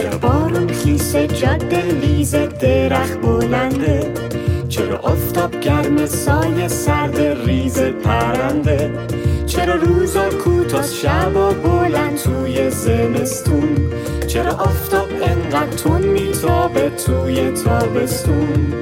چرا بارون خیسه جاده لیزه درخت بلنده، چرا آفتاب گرم سایه سرد ریز پرنده، چرا روزا کوتاه شبا بلند توی زمستون، چرا آفتاب انقدر تون میتابه توی تابستون.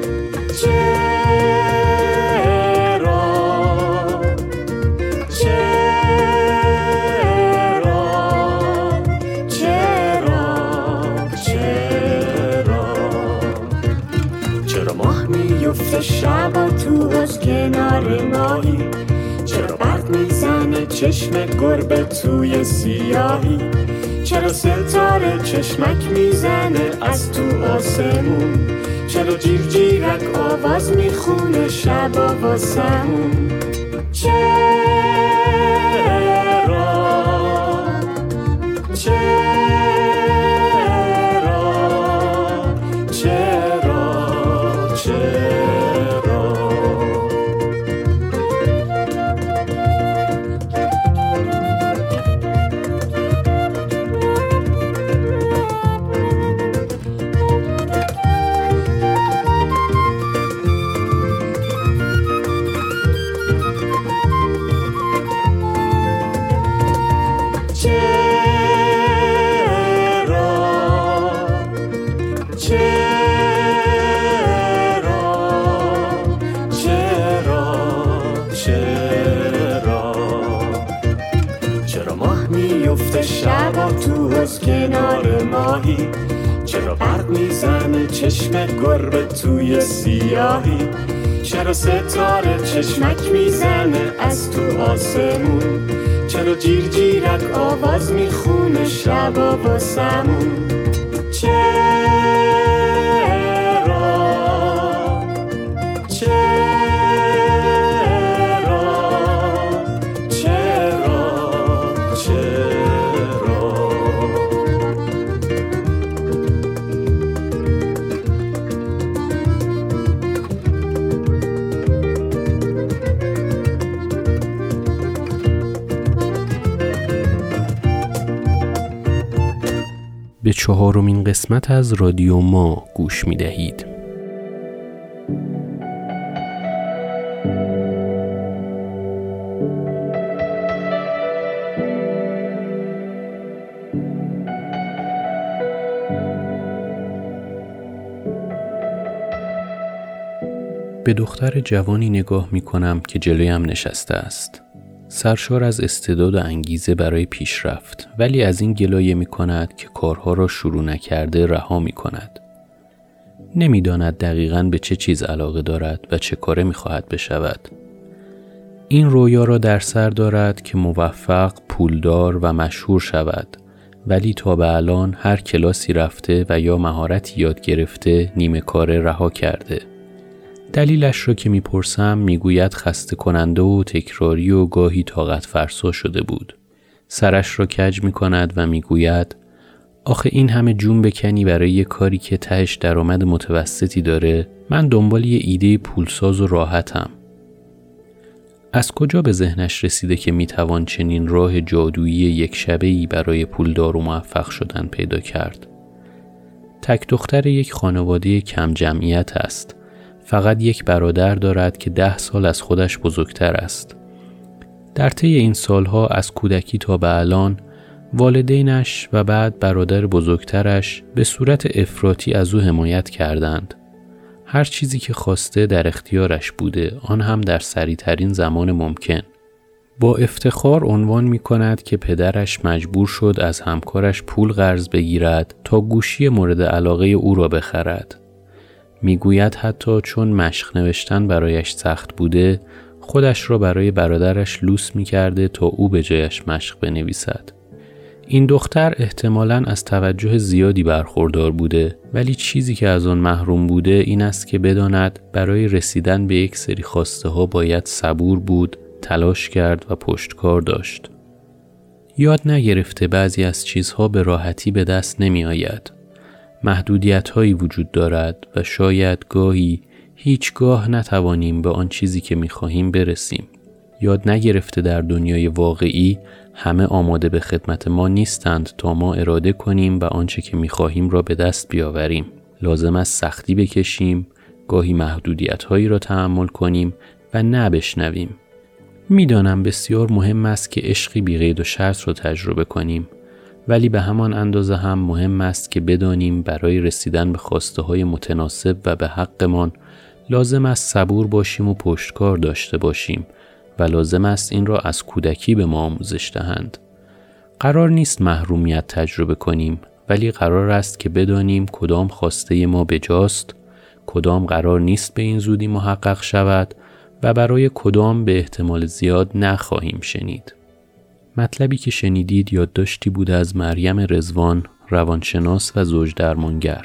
چرا ماه میفته شبا تو از کنار ماهی، چرا برق میزنه چشم گربه توی سیاهی، چرا ستاره چشمک میزنه از تو آسمون، چرا جیر جیرک آواز میخونه شبا واسمون. شبا تو از کنار ماهی، چرا برق میزنه چشم گربه توی سیاهی، چرا ستاره چشمک میزنه از تو آسمون، چرا جیر جیرک آواز میخونه شبا واسمون. به 4مین قسمت از رادیو ما گوش می دهید. به دختر جوانی نگاه می کنم که جلویم نشسته است. سرشار از استعداد و انگیزه برای پیشرفت، ولی از این گلایه می کند که کارها را شروع نکرده رها می کند. نمی داند دقیقاً به چه چیز علاقه دارد و چه کاره می خواهد بشود. این رویا را در سر دارد که موفق، پولدار و مشهور شود، ولی تا به الان هر کلاسی رفته و یا مهارتی یاد گرفته نیمه کاره رها کرده. دلیلش را که میپرسم میگوید خسته کننده و تکراری و گاهی طاقت فرسا شده بود. سرش را کج میکند و میگوید آخه این همه جون بکنی برای یه کاری که تهش درآمد متوسطی داره؟ من دنبال یه ایده پولساز و راحتم. از کجا به ذهنش رسیده که میتوان چنین راه جادویی یک شبه‌ای برای پولدار و موفق شدن پیدا کرد؟ تک دختر یک خانواده کم جمعیت است. فقط یک برادر دارد که 10 سال از خودش بزرگتر است. در طی این سالها از کودکی تا به الان والدینش و بعد برادر بزرگترش به صورت افراطی از او حمایت کردند. هر چیزی که خواسته در اختیارش بوده، آن هم در سریع‌ترین زمان ممکن. با افتخار عنوان می کند که پدرش مجبور شد از همکارش پول قرض بگیرد تا گوشی مورد علاقه او را بخرد. میگوید حتی چون مشق نوشتن برایش سخت بوده، خودش را برای برادرش لوس می‌کرده تا او به جایش مشق بنویسد. این دختر احتمالاً از توجه زیادی برخوردار بوده، ولی چیزی که از آن محروم بوده این است که بداند برای رسیدن به یک سری خواسته ها باید صبور بود، تلاش کرد و پشتکار داشت. یاد نگرفته بعضی از چیزها به راحتی به دست نمی آید. محدودیت‌هایی وجود دارد و شاید گاهی هیچگاه نتوانیم به آن چیزی که می‌خواهیم برسیم. یاد نگرفته در دنیای واقعی همه آماده به خدمت ما نیستند تا ما اراده کنیم و آنچه که می‌خواهیم را به دست بیاوریم. لازم است سختی بکشیم، گاهی محدودیت‌هایی را تحمل کنیم و نه بشنویم. می‌دانم بسیار مهم است که عشقی بی قید و شرط را تجربه کنیم، ولی به همان اندازه هم مهم است که بدانیم برای رسیدن به خواسته‌های متناسب و به حقمان لازم است صبور باشیم و پشتکار داشته باشیم و لازم است این را از کودکی به ما آموزش دهند. قرار نیست محرومیت تجربه کنیم، ولی قرار است که بدانیم کدام خواسته ما بجاست، کدام قرار نیست به این زودی محقق شود و برای کدام به احتمال زیاد نخواهیم شنید. مطلبی که شنیدید یادداشتی بود از مریم رضوان، روانشناس و زوج درمانگر.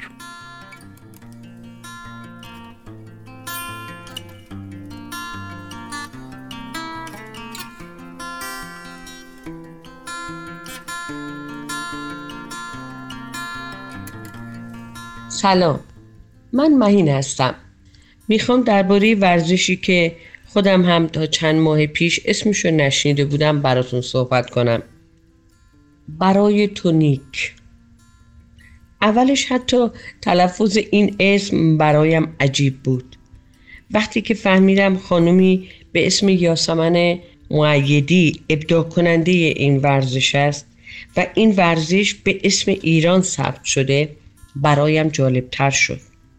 سلام، من مهین هستم. میخوام درباره ورزشی که خودم هم تا چند ماه پیش اسمشو نشنیده بودم براتون صحبت کنم. برای تونیک. اولش حتی تلفظ این اسم برایم عجیب بود. وقتی که فهمیدم خانومی به اسم یاسمن مؤیدی ابداع کننده این ورزش است و این ورزش به اسم ایران ثبت شده، برایم جالبتر شد.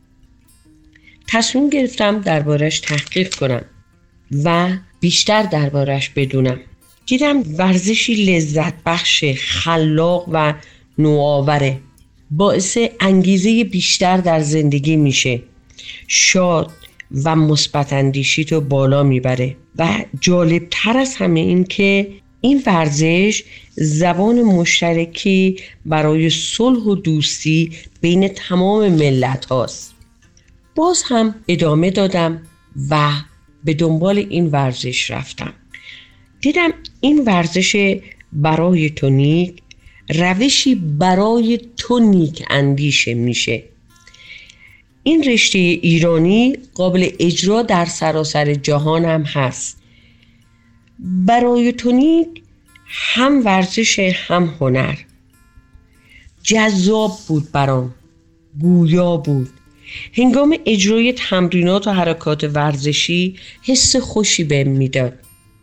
تصمیم گرفتم دربارش تحقیق کنم و بیشتر دربارش بدونم. دیدم ورزشی لذت بخش، خلاق و نوآوره. باعث انگیزه بیشتر در زندگی میشه. شاد و مثبت اندیشی تو بالا میبره و جالبتر از همه این که این ورزش زبان مشترکی برای صلح و دوستی بین تمام ملت هاست. باز هم ادامه دادم و به دنبال این ورزش رفتم. دیدم این ورزش برای تونیک روشی برای تونیک اندیشه میشه. این رشته ایرانی قابل اجرا در سراسر جهان هم هست. برای تونیک هم ورزش هم هنر. جذاب بود برام، گویا بود. هنگام اجرای تمرینات و حرکات ورزشی حس خوشی بهم میداد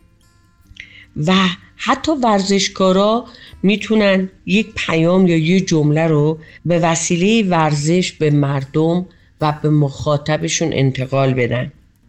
و حتی ورزشکارا میتونن یک پیام یا یک جمله رو به وسیله ورزش به مردم و به مخاطبشون انتقال بدن.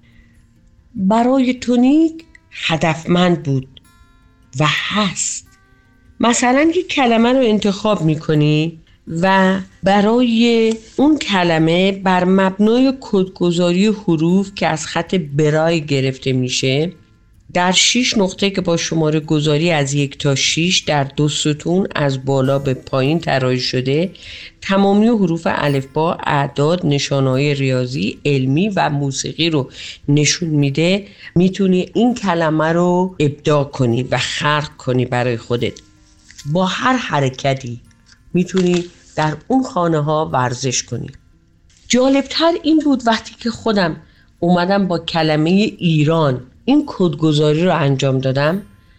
برای تونیک هدفمند بود و هست. مثلا یک کلمه رو انتخاب میکنی و برای اون کلمه بر مبنای کدگذاری حروف که از خط برای گرفته میشه در 6 نقطه که با شماره گذاری از 1 تا 6 در 2 ستون از بالا به پایین طراحی شده، تمامی حروف الفبا، اعداد، نشانه‌های ریاضی، علمی و موسیقی رو نشون میده. میتونی این کلمه رو ابداع کنی و خلق کنی برای خودت. با هر حرکتی میتونی در اون خانه ها ورزش کنی. جالبتر این بود وقتی که خودم اومدم با کلمه ایران این کدگذاری رو انجام دادم،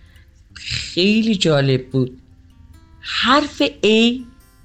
خیلی جالب بود. حرف A،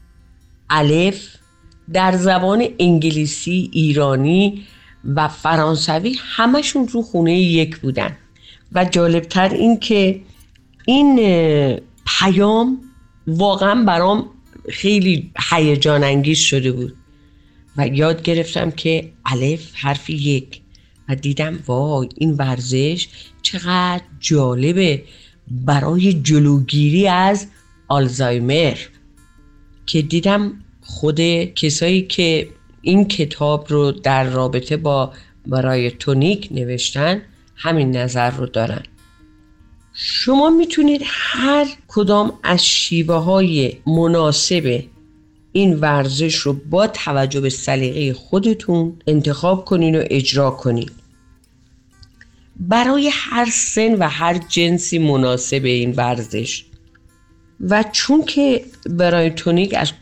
الف در زبان انگلیسی، ایرانی و فرانسوی همشون رو خونه یک بودن و جالبتر این که این پیام واقعا برام خیلی هیجان انگیز شده بود و یاد گرفتم که الف حرف 1 و دیدم وای این ورزش چقدر جالبه برای جلوگیری از آلزایمر، که دیدم خود کسایی که این کتاب رو در رابطه با برای تونیک نوشتن همین نظر رو دارن. شما میتونید هر کدام از شیوه های مناسب این ورزش رو با توجه به سلیقه خودتون انتخاب کنین و اجرا کنین. برای هر سن و هر جنسی مناسب این ورزش. و چون که برای تونیک از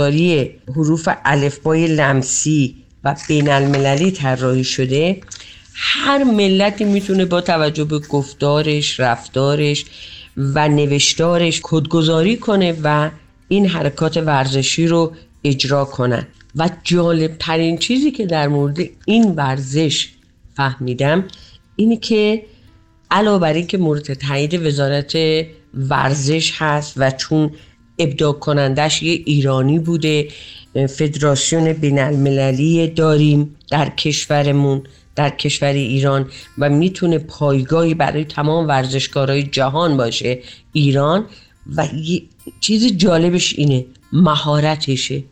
کدگذاری حروف الفبای لمسی و بین المللی طراحی شده، هر ملتی میتونه با توجه به گفتارش، رفتارش و نوشتارش کدگذاری کنه و این حرکات ورزشی رو اجرا کنن. و جالب ترین چیزی که در مورد این ورزش فهمیدم اینه که علاوه بر این که مورد تایید وزارت ورزش هست و چون ابداع کنندش یه ایرانی بوده، فدراسیون بین المللی داریم در کشورمون، در کشور ایران، و میتونه پایگاهی برای تمام ورزشکارهای جهان باشه ایران. و یه چیز جالبش اینه مهارتشه.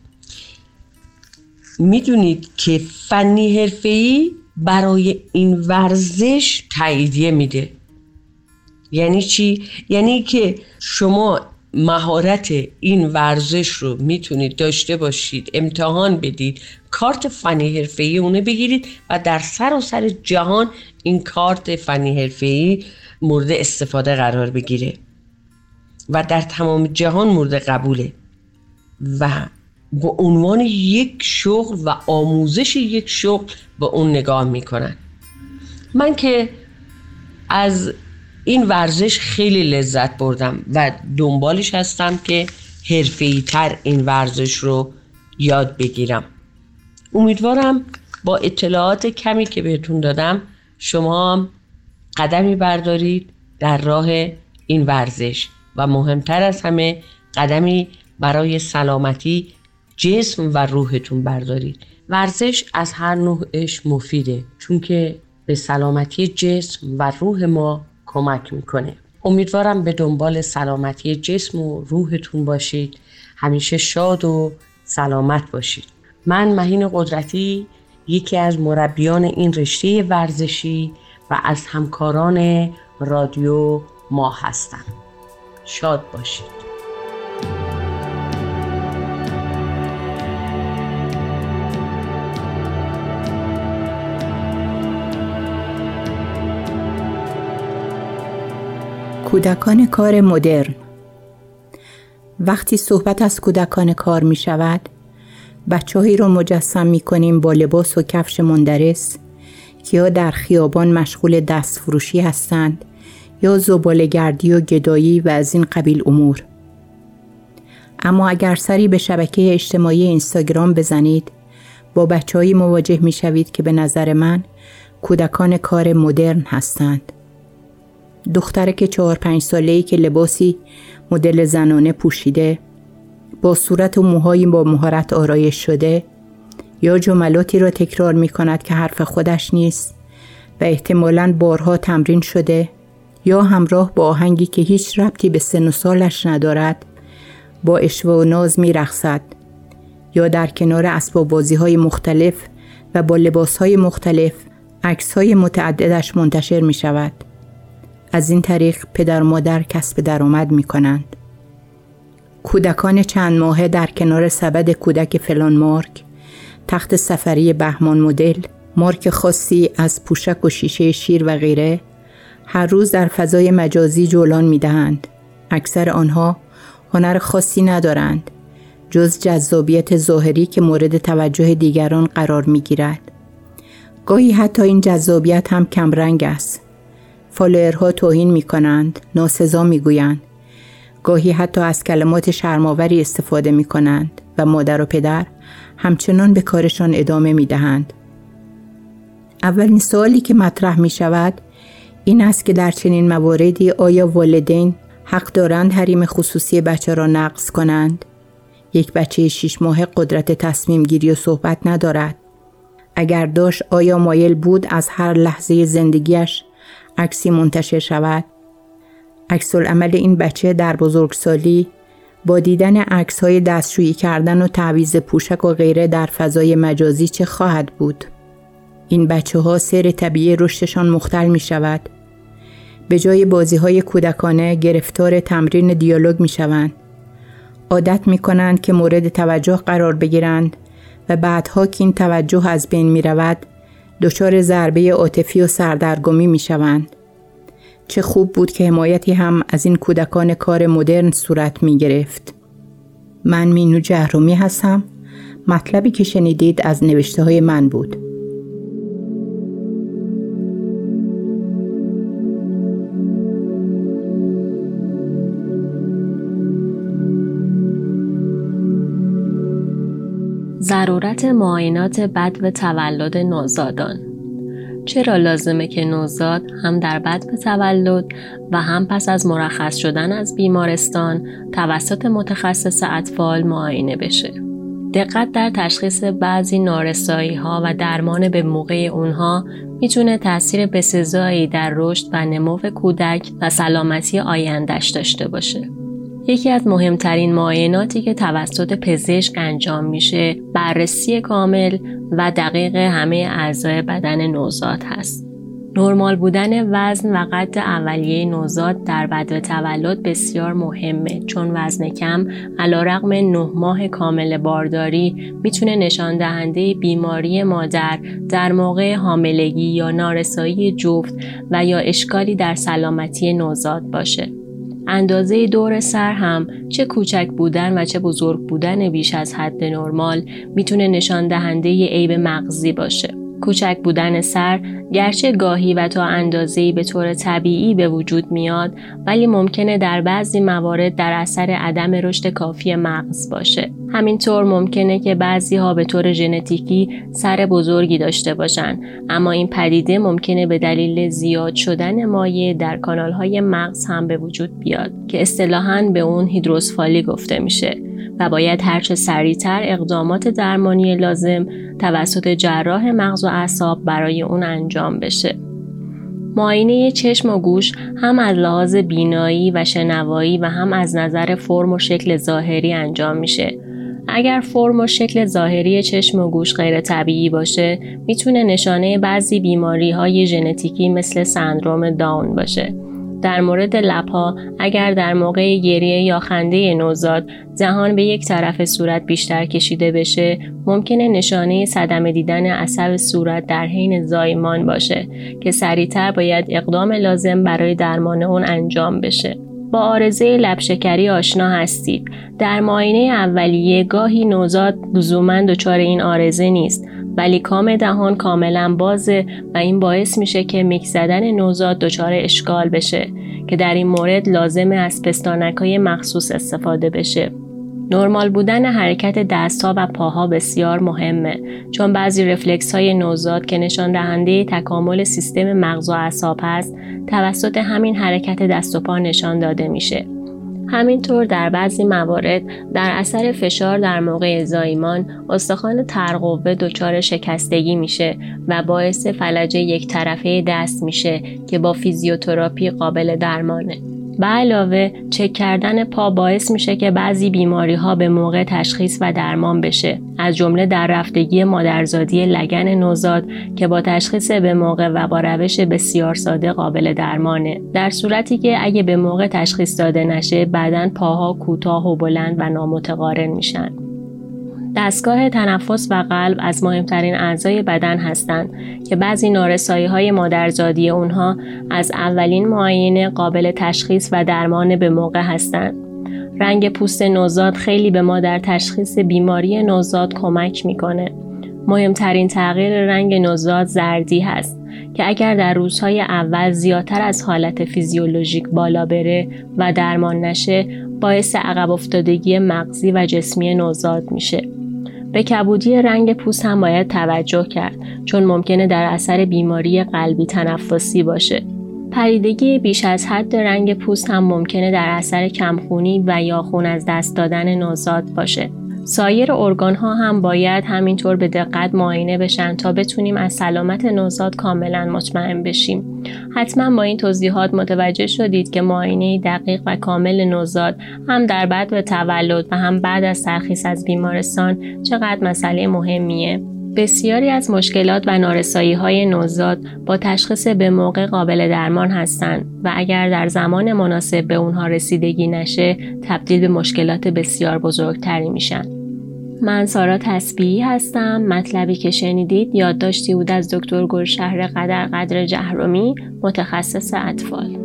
میدونید که فنی حرفه‌ای برای این ورزش تاییدیه میده. یعنی چی؟ یعنی که شما مهارت این ورزش رو میتونید داشته باشید، امتحان بدید، کارت فنی حرفه‌ای اونه بگیرید و در سراسر جهان این کارت فنی حرفه‌ای مورد استفاده قرار بگیره و در تمام جهان مورد قبوله و با عنوان یک شغل و آموزش یک شغل با اون نگاه میکنن. من که از این ورزش خیلی لذت بردم و دنبالش هستم که حرفه‌ای تر این ورزش رو یاد بگیرم. امیدوارم با اطلاعات کمی که بهتون دادم شما هم قدمی بردارید در راه این ورزش و مهمتر از همه قدمی برای سلامتی جسم و روحتون بردارید. ورزش از هر نوعش مفیده چون که به سلامتی جسم و روح ما کمک میکنه. امیدوارم به دنبال سلامتی جسم و روحتون باشید. همیشه شاد و سلامت باشید. من مهین قدرتی یکی از مربیان این رشته ورزشی و از همکاران رادیو ما هستم. شاد باشید. کودکان کار مدرن. وقتی صحبت از کودکان کار می شود، بچه‌هایی رو مجسم می کنیم با لباس و کفش مندرس که یا در خیابان مشغول دست فروشی هستند یا زباله‌گردی و گدایی و از این قبیل امور. اما اگر سری به شبکه اجتماعی اینستاگرام بزنید با بچه‌هایی مواجه می شوید که به نظر من کودکان کار مدرن هستند. دخترک 4-5 ساله‌ای که لباسی مدل زنانه پوشیده، با صورت و موهایی با مهارت آرایش شده، یا جملاتی را تکرار می کند که حرف خودش نیست و احتمالاً بارها تمرین شده، یا همراه با آهنگی که هیچ ربطی به سن و سالش ندارد با اشوه و ناز می رقصد، یا در کنار اسباب بازی‌های مختلف و با لباس‌های مختلف عکس‌های متعددش منتشر می شود. از این طریق پدر و مادر کسب درآمد می کنند. کودکان چند ماهه در کنار سبد کودک فلان مارک، تخت سفری بهمان مدل، مارک خاصی از پوشک و شیشه شیر و غیره، هر روز در فضای مجازی جولان می دهند. اکثر آنها هنر خاصی ندارند جز جذابیت ظاهری که مورد توجه دیگران قرار می گیرد. گاهی حتی این جذابیت هم کمرنگ است. فالوورها توهین می کنند، ناسزا می گویند. گاهی حتی از کلمات شرم‌آوری استفاده می کنند و مادر و پدر همچنان به کارشان ادامه می دهند. اولین سوالی که مطرح می شود این است که در چنین مواردی آیا والدین حق دارند حریم خصوصی بچه را نقض کنند؟ یک بچه 6 ماهه قدرت تصمیم گیری و صحبت ندارد. اگر داشت آیا مایل بود از هر لحظه زندگیش عکسی منتشر شود؟ عکس العمل این بچه در بزرگسالی با دیدن عکس‌های دستشویی کردن و تعویض پوشک و غیره در فضای مجازی چه خواهد بود؟ این بچه‌ها سیر طبیعی رشدشان مختل می شود. به جای بازی‌های کودکانه گرفتار تمرین دیالوگ می شوند. عادت می کنند که مورد توجه قرار بگیرند و بعدها که این توجه از بین می رود دچار ضربه عاطفی و سردرگمی می شوند. چه خوب بود که حمایتی هم از این کودکان کار مدرن صورت می گرفت. من مینو جهرومی هستم. مطلبی که شنیدید از نوشته های من بود. ضرورت معاینات بدو تولد نوزادان. چرا لازمه که نوزاد هم در بدو تولد و هم پس از مرخص شدن از بیمارستان توسط متخصص اطفال معاینه بشه؟ دقت در تشخیص بعضی نارسایی‌ها و درمان به موقع اونها میتونه تأثیر بسزایی در رشد و نمو کودک و سلامتی آینده‌اش داشته باشه. یکی از مهمترین معایناتی که توسط پزشک انجام میشه بررسی کامل و دقیق همه اعضای بدن نوزاد هست. نرمال بودن وزن و قد اولیه نوزاد در بدو تولد بسیار مهمه، چون وزن کم علیرغم 9 ماه کامل بارداری میتونه نشان دهنده بیماری مادر در موقع حاملگی یا نارسایی جفت و یا اشکالی در سلامتی نوزاد باشه. اندازه دور سر هم چه کوچک بودن و چه بزرگ بودن بیش از حد نرمال میتونه نشان دهنده عیب مغزی باشه. کوچک بودن سر گرچه گاهی و تا اندازه‌ای به طور طبیعی به وجود میاد، ولی ممکنه در بعضی موارد در اثر عدم رشد کافی مغز باشه. همینطور ممکنه که بعضی‌ها به طور ژنتیکی سر بزرگی داشته باشن، اما این پدیده ممکنه به دلیل زیاد شدن مایع در کانال‌های مغز هم به وجود بیاد که اصطلاحاً به اون هیدروسفالی گفته میشه و باید هرچه سریعتر اقدامات درمانی لازم توسط جراح مغز و اعصاب برای اون انجام بشه. معاینه چشم و گوش هم از لحاظ بینایی و شنوایی و هم از نظر فرم و شکل ظاهری انجام میشه. اگر فرم و شکل ظاهری چشم و گوش غیر طبیعی باشه، میتونه نشانه بعضی بیماری‌های ژنتیکی مثل سندرم داون باشه. در مورد لب‌ها، اگر در موقع گریه یا خنده نوزاد دهان به یک طرف صورت بیشتر کشیده بشه، ممکنه نشانه صدمه دیدن عصب صورت در حین زایمان باشه که سریعتر باید اقدام لازم برای درمان اون انجام بشه. با عارضه لب شکری آشنا هستید. در معاینه اولیه گاهی نوزاد لزوماً دچار این عارضه نیست، ولی کام دهان کاملا بازه و این باعث میشه که میک زدن نوزاد دچار اشکال بشه که در این مورد لازمه از پستانک‌های مخصوص استفاده بشه. نرمال بودن حرکت دست‌ها و پاها بسیار مهمه، چون بعضی رفلکس‌های نوزاد که نشان دهنده تکامل سیستم مغز و اعصاب هست، توسط همین حرکت دست و پا نشان داده میشه. همینطور در بعضی موارد در اثر فشار در موقع زایمان استخوان ترقوه دچار شکستگی میشه و باعث فلج یک طرفه دست میشه که با فیزیوتراپی قابل درمانه. به علاوه چک کردن پا باعث میشه که بعضی بیماری ها به موقع تشخیص و درمان بشه، از جمله در رفتگی مادرزادی لگن نوزاد که با تشخیص به موقع و با روش بسیار ساده قابل درمانه، در صورتی که اگه به موقع تشخیص داده نشه بعداً پاها کوتاه و بلند و نامتقارن میشن. دستگاه تنفس و قلب از مهمترین اعضای بدن هستند که بعضی نارسایی‌های مادرزادی اونها از اولین معاینه قابل تشخیص و درمان به موقع هستند. رنگ پوست نوزاد خیلی به ما در تشخیص بیماری نوزاد کمک میکنه. مهمترین تغییر رنگ نوزاد زردی هست که اگر در روزهای اول زیادتر از حالت فیزیولوژیک بالا بره و درمان نشه، باعث عقب افتادگی مغزی و جسمی نوزاد میشه. به کبودی رنگ پوست هم باید توجه کرد، چون ممکنه در اثر بیماری قلبی تنفسی باشه. پریدگی بیش از حد رنگ پوست هم ممکنه در اثر کمخونی و یا خون از دست دادن نوزاد باشه. سایر ارگان‌ها هم باید همینطور به دقت معاینه بشن تا بتونیم از سلامت نوزاد کاملا مطمئن بشیم. حتما با این توضیحات متوجه شدید که معاینه دقیق و کامل نوزاد هم در بدو تولد و هم بعد از ترخیص از بیمارستان چقدر مسئله مهمیه. بسیاری از مشکلات و نارسایی‌های نوزاد با تشخیص به موقع قابل درمان هستند و اگر در زمان مناسب به اونها رسیدگی نشه، تبدیل به مشکلات بسیار بزرگتری میشن. من سارا تسبیحی هستم. مطلبی که شنیدید یادداشتی بود از دکتر گلشهر قدر جهرمی، متخصص اطفال.